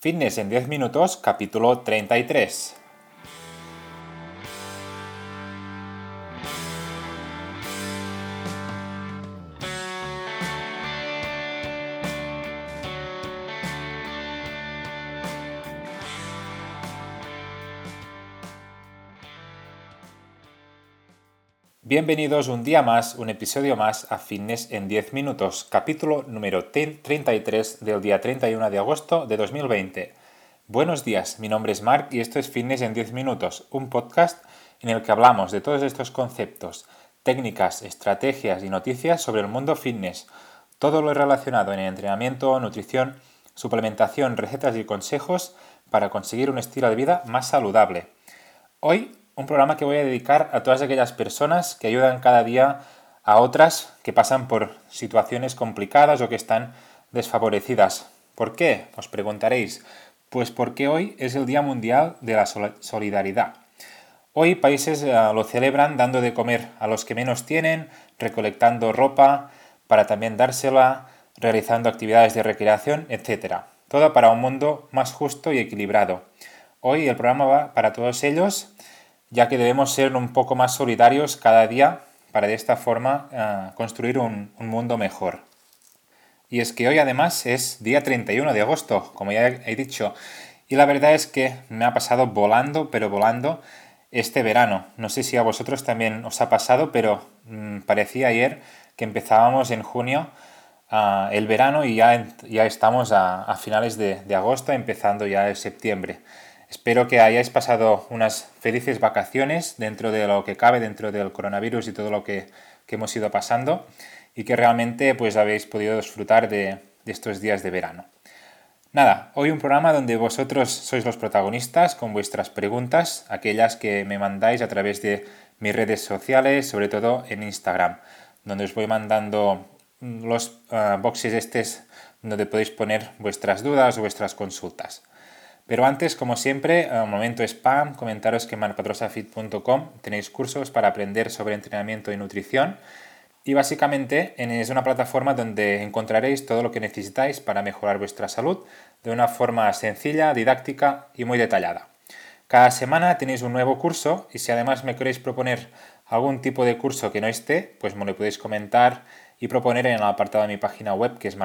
Fitness en 10 minutos, capítulo 33. Bienvenidos un día más, un episodio más a Fitness en 10 minutos, capítulo número 33 del día 31 de agosto de 2020. Buenos días, mi nombre es Marc y esto es Fitness en 10 minutos, un podcast en el que hablamos de todos estos conceptos, técnicas, estrategias y noticias sobre el mundo fitness, todo lo relacionado en el entrenamiento, nutrición, suplementación, recetas y consejos para conseguir un estilo de vida más saludable. Hoy un programa que voy a dedicar a todas aquellas personas que ayudan cada día a otras que pasan por situaciones complicadas o que están desfavorecidas. ¿Por qué? Os preguntaréis. Pues porque hoy es el Día Mundial de la Solidaridad. Hoy países lo celebran dando de comer a los que menos tienen, recolectando ropa para también dársela, realizando actividades de recreación, etc. Todo para un mundo más justo y equilibrado. Hoy el programa va para todos ellos, ya que debemos ser un poco más solidarios cada día para de esta forma construir un mundo mejor. Y es que hoy además es día 31 de agosto, como ya he dicho, y la verdad es que me ha pasado volando, pero volando este verano. No sé si a vosotros también os ha pasado, pero parecía ayer que empezábamos en junio el verano y ya estamos a finales de agosto, empezando ya el septiembre. Espero que hayáis pasado unas felices vacaciones dentro de lo que cabe, dentro del coronavirus y todo lo que hemos ido pasando, y que realmente pues habéis podido disfrutar de estos días de verano. Nada, hoy un programa donde vosotros sois los protagonistas con vuestras preguntas, aquellas que me mandáis a través de mis redes sociales, sobre todo en Instagram, donde os voy mandando los boxes donde podéis poner vuestras dudas o vuestras consultas. Pero antes, como siempre, momento spam, comentaros que en marcpadrosafit.com tenéis cursos para aprender sobre entrenamiento y nutrición, y básicamente es una plataforma donde encontraréis todo lo que necesitáis para mejorar vuestra salud de una forma sencilla, didáctica y muy detallada. Cada semana tenéis un nuevo curso, y si además me queréis proponer algún tipo de curso que no esté, pues me lo podéis comentar y proponer en el apartado de mi página web, que es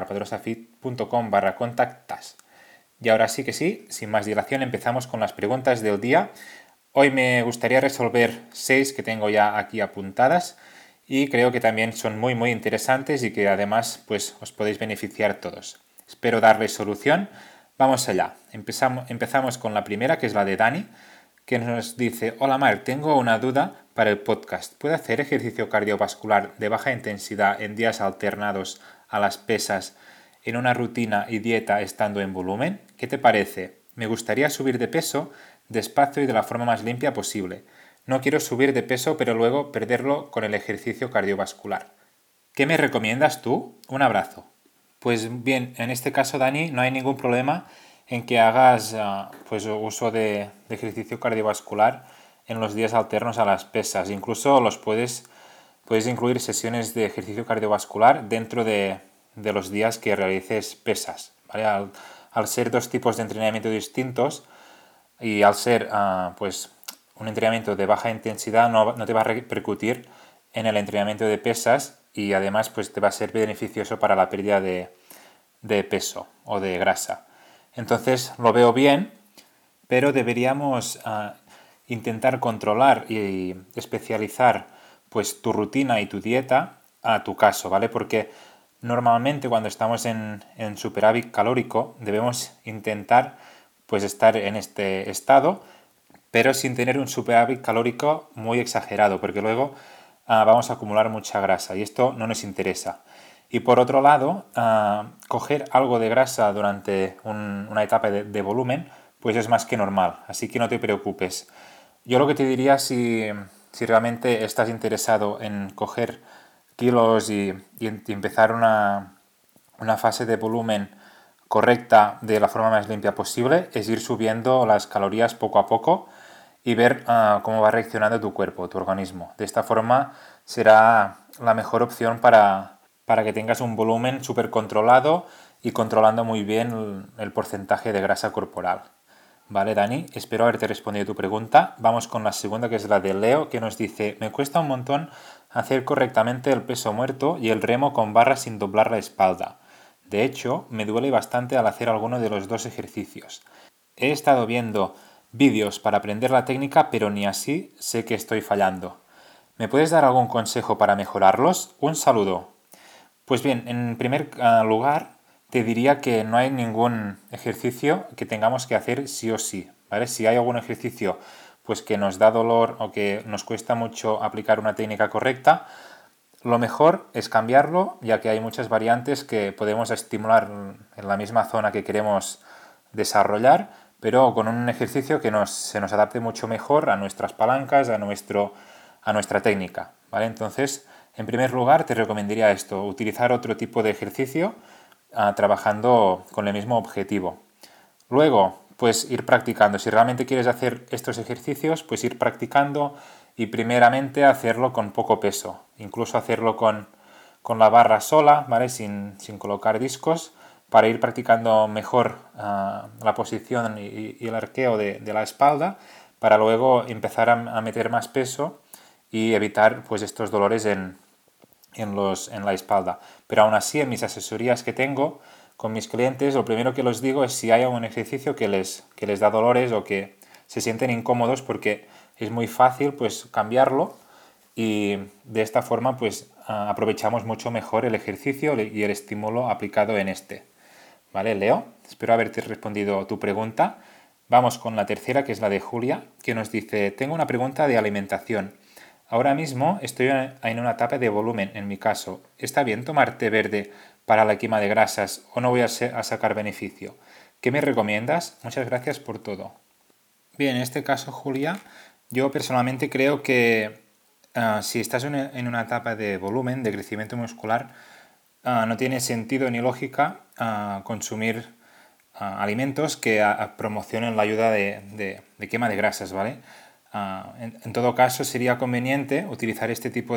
marcpadrosafit.com/contactas. Y ahora sí que sí, sin más dilación, empezamos con las preguntas del día. Hoy me gustaría resolver 6 que tengo ya aquí apuntadas y creo que también son muy interesantes y que además pues os podéis beneficiar todos. Espero darles solución. Vamos allá. Empezamos con la primera, que es la de Dani, que nos dice: Hola Mar, tengo una duda para el podcast. ¿Puedo hacer ejercicio cardiovascular de baja intensidad en días alternados a las pesas en una rutina y dieta estando en volumen? ¿Qué te parece? Me gustaría subir de peso despacio y de la forma más limpia posible. No quiero subir de peso pero luego perderlo con el ejercicio cardiovascular. ¿Qué me recomiendas tú? Un abrazo. Pues bien, en este caso, Dani, no hay ningún problema en que hagas pues uso de ejercicio cardiovascular en los días alternos a las pesas. Incluso puedes incluir sesiones de ejercicio cardiovascular dentro de los días que realices pesas, ¿vale? Al ser dos tipos de entrenamiento distintos y al ser pues un entrenamiento de baja intensidad, no te va a repercutir en el entrenamiento de pesas, y además pues te va a ser beneficioso para la pérdida de peso o de grasa. Entonces lo veo bien, pero deberíamos intentar controlar y especializar pues tu rutina y tu dieta a tu caso, ¿vale? Porque normalmente cuando estamos en superávit calórico debemos intentar pues estar en este estado, pero sin tener un superávit calórico muy exagerado, porque luego vamos a acumular mucha grasa y esto no nos interesa. Y por otro lado, coger algo de grasa durante una etapa de volumen pues es más que normal, así que no te preocupes. Yo lo que te diría, si realmente estás interesado en coger kilos y empezar una fase de volumen correcta de la forma más limpia posible, es ir subiendo las calorías poco a poco y ver cómo va reaccionando tu cuerpo, tu organismo. De esta forma será la mejor opción para que tengas un volumen súper controlado y controlando muy bien el porcentaje de grasa corporal. Vale, Dani, espero haberte respondido tu pregunta. Vamos con la segunda, que es la de Leo, que nos dice: me cuesta un montón hacer correctamente el peso muerto y el remo con barra sin doblar la espalda. De hecho, me duele bastante al hacer alguno de los dos ejercicios. He estado viendo vídeos para aprender la técnica, pero ni así sé que estoy fallando. ¿Me puedes dar algún consejo para mejorarlos? Un saludo. Pues bien, en primer lugar, te diría que no hay ningún ejercicio que tengamos que hacer sí o sí, ¿vale? Si hay algún ejercicio pues que nos da dolor o que nos cuesta mucho aplicar una técnica correcta, lo mejor es cambiarlo, ya que hay muchas variantes que podemos estimular en la misma zona que queremos desarrollar, pero con un ejercicio que se nos adapte mucho mejor a nuestras palancas, a nuestra técnica, ¿vale? Entonces, en primer lugar, te recomendaría esto: utilizar otro tipo de ejercicio trabajando con el mismo objetivo. Luego, pues ir practicando. Si realmente quieres hacer estos ejercicios, pues ir practicando y primeramente hacerlo con poco peso. Incluso hacerlo con la barra sola, ¿vale? Sin colocar discos, para ir practicando mejor la posición y el arqueo de la espalda, para luego empezar a meter más peso y evitar pues estos dolores en la espalda. Pero aún así, en mis asesorías que tengo con mis clientes, lo primero que les digo es si hay algún ejercicio que les da dolores o que se sienten incómodos, porque es muy fácil pues cambiarlo, y de esta forma pues aprovechamos mucho mejor el ejercicio y el estímulo aplicado en este. ¿Vale, Leo? Espero haberte respondido tu pregunta. Vamos con la tercera, que es la de Julia, que nos dice: tengo una pregunta de alimentación. Ahora mismo estoy en una etapa de volumen, en mi caso. ¿Está bien tomar té verde para la quema de grasas o no voy a sacar beneficio? ¿Qué me recomiendas? Muchas gracias por todo. Bien, en este caso, Julia, yo personalmente creo que si estás en una etapa de volumen, de crecimiento muscular, no tiene sentido ni lógica consumir alimentos que promocionen la ayuda de quema de grasas, ¿vale? En todo caso, sería conveniente utilizar este tipo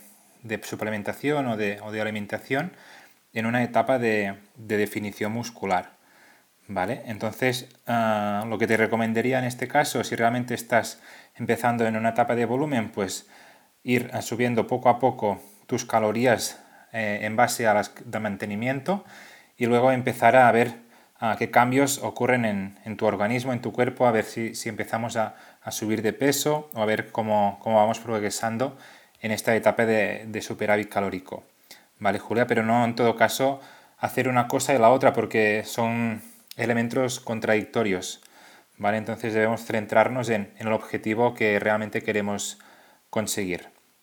de suplementación o de alimentación en una etapa de definición muscular, ¿vale? Entonces, lo que te recomendaría en este caso, si realmente estás empezando en una etapa de volumen, pues ir subiendo poco a poco tus calorías en base a las de mantenimiento, y luego empezar a ver qué cambios ocurren en tu organismo, en tu cuerpo, a ver si empezamos a subir de peso, o a ver cómo vamos progresando en esta etapa de superávit calórico. Vale, Julia, pero no en todo caso hacer una cosa y la otra, porque son elementos contradictorios, ¿vale? Entonces debemos centrarnos en el objetivo que realmente queremos conseguir.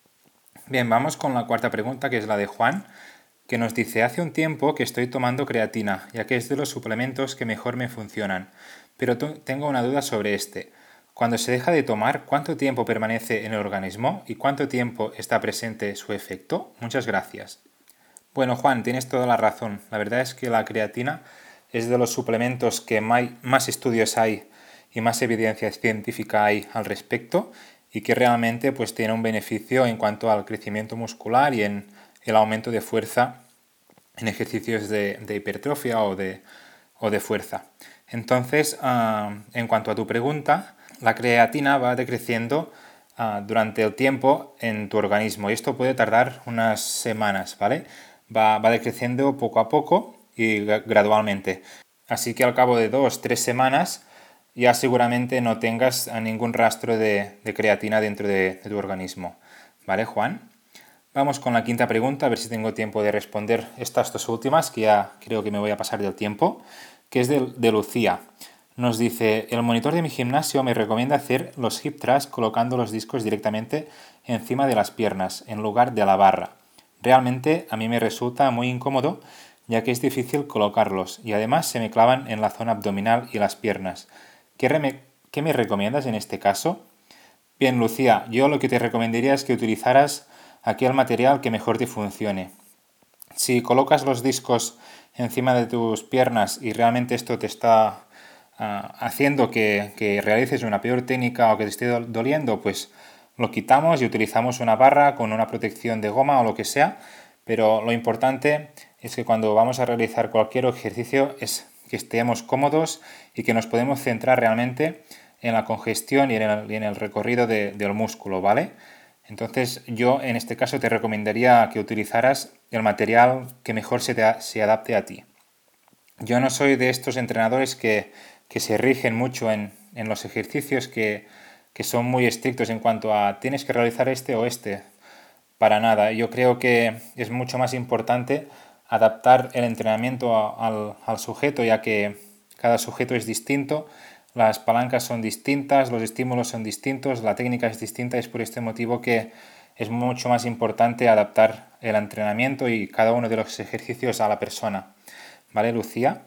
Bien, vamos con la cuarta pregunta, que es la de Juan, que nos dice: hace un tiempo que estoy tomando creatina, ya que es de los suplementos que mejor me funcionan, pero tengo una duda sobre este. Cuando se deja de tomar, ¿cuánto tiempo permanece en el organismo y cuánto tiempo está presente su efecto? Muchas gracias. Bueno, Juan, tienes toda la razón. La verdad es que la creatina es de los suplementos que más estudios hay y más evidencia científica hay al respecto, y que realmente pues tiene un beneficio en cuanto al crecimiento muscular y en el aumento de fuerza en ejercicios de hipertrofia o de fuerza. Entonces, en cuanto a tu pregunta, la creatina va decreciendo durante el tiempo en tu organismo, y esto puede tardar unas semanas, ¿vale? Va decreciendo poco a poco y gradualmente. Así que al cabo de 2-3 semanas ya seguramente no tengas ningún rastro de creatina dentro de tu organismo. ¿Vale, Juan? Vamos con la quinta pregunta, a ver si tengo tiempo de responder estas dos últimas, que ya creo que me voy a pasar del tiempo, que es de Lucía. Nos dice: el monitor de mi gimnasio me recomienda hacer los hip thrusts colocando los discos directamente encima de las piernas, en lugar de la barra. Realmente a mí me resulta muy incómodo, ya que es difícil colocarlos y además se me clavan en la zona abdominal y las piernas. ¿Qué me recomiendas en este caso? Bien, Lucía, yo lo que te recomendaría es que utilizaras aquel material que mejor te funcione. Si colocas los discos encima de tus piernas y realmente esto te está haciendo que realices una peor técnica o que te esté doliendo, pues lo quitamos y utilizamos una barra con una protección de goma o lo que sea, pero lo importante es que cuando vamos a realizar cualquier ejercicio es que estemos cómodos y que nos podemos centrar realmente en la congestión y en el recorrido del músculo, ¿vale? Entonces yo en este caso te recomendaría que utilizaras el material que mejor se adapte a ti. Yo no soy de estos entrenadores que se rigen mucho en los ejercicios, que son muy estrictos en cuanto a tienes que realizar este o este. Para nada. Yo creo que es mucho más importante adaptar el entrenamiento al sujeto, ya que cada sujeto es distinto, las palancas son distintas, los estímulos son distintos, la técnica es distinta. Es por este motivo que es mucho más importante adaptar el entrenamiento y cada uno de los ejercicios a la persona. ¿Vale, Lucía?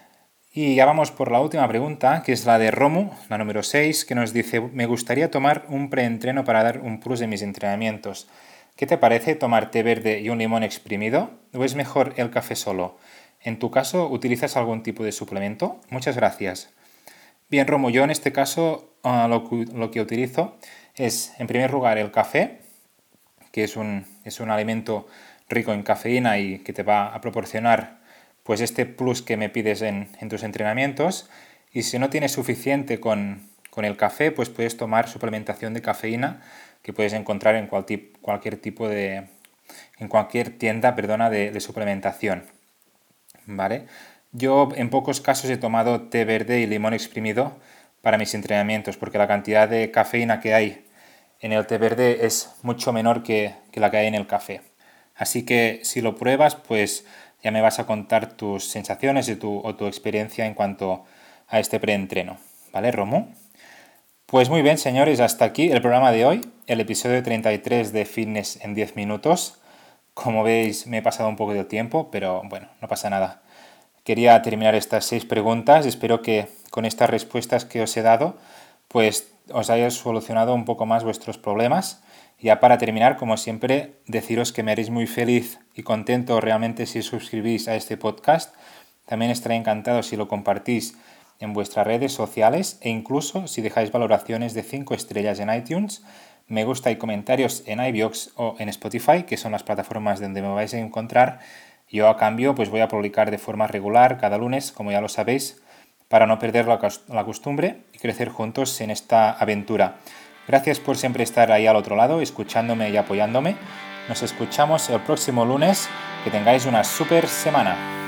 Y ya vamos por la última pregunta, que es la de Romu, la número 6, que nos dice: me gustaría tomar un preentreno para dar un plus en mis entrenamientos. ¿Qué te parece tomar té verde y un limón exprimido? ¿O es mejor el café solo? En tu caso, ¿utilizas algún tipo de suplemento? Muchas gracias. Bien, Romu, yo en este caso lo que utilizo es, en primer lugar, el café, que es un alimento rico en cafeína y que te va a proporcionar pues este plus que me pides en tus entrenamientos. Y si no tienes suficiente con el café, pues puedes tomar suplementación de cafeína que puedes encontrar en cualquier tipo de... en cualquier tienda, de suplementación. ¿Vale? Yo en pocos casos he tomado té verde y limón exprimido para mis entrenamientos, porque la cantidad de cafeína que hay en el té verde es mucho menor que la que hay en el café. Así que si lo pruebas, pues ya me vas a contar tus sensaciones o tu experiencia en cuanto a este preentreno. ¿Vale, Romu? Pues muy bien, señores, hasta aquí el programa de hoy, el episodio 33 de Fitness en 10 minutos. Como veis, me he pasado un poco de tiempo, pero bueno, no pasa nada. Quería terminar estas 6 preguntas. Espero que con estas respuestas que os he dado, pues os haya solucionado un poco más vuestros problemas. Y ya para terminar, como siempre, deciros que me haréis muy feliz y contento realmente si suscribís a este podcast. También estaré encantado si lo compartís en vuestras redes sociales e incluso si dejáis valoraciones de 5 estrellas en iTunes, me gusta y comentarios en iVoox o en Spotify, que son las plataformas donde me vais a encontrar. Yo a cambio pues voy a publicar de forma regular cada lunes, como ya lo sabéis, para no perder la costumbre y crecer juntos en esta aventura. Gracias por siempre estar ahí al otro lado, escuchándome y apoyándome. Nos escuchamos el próximo lunes. Que tengáis una súper semana.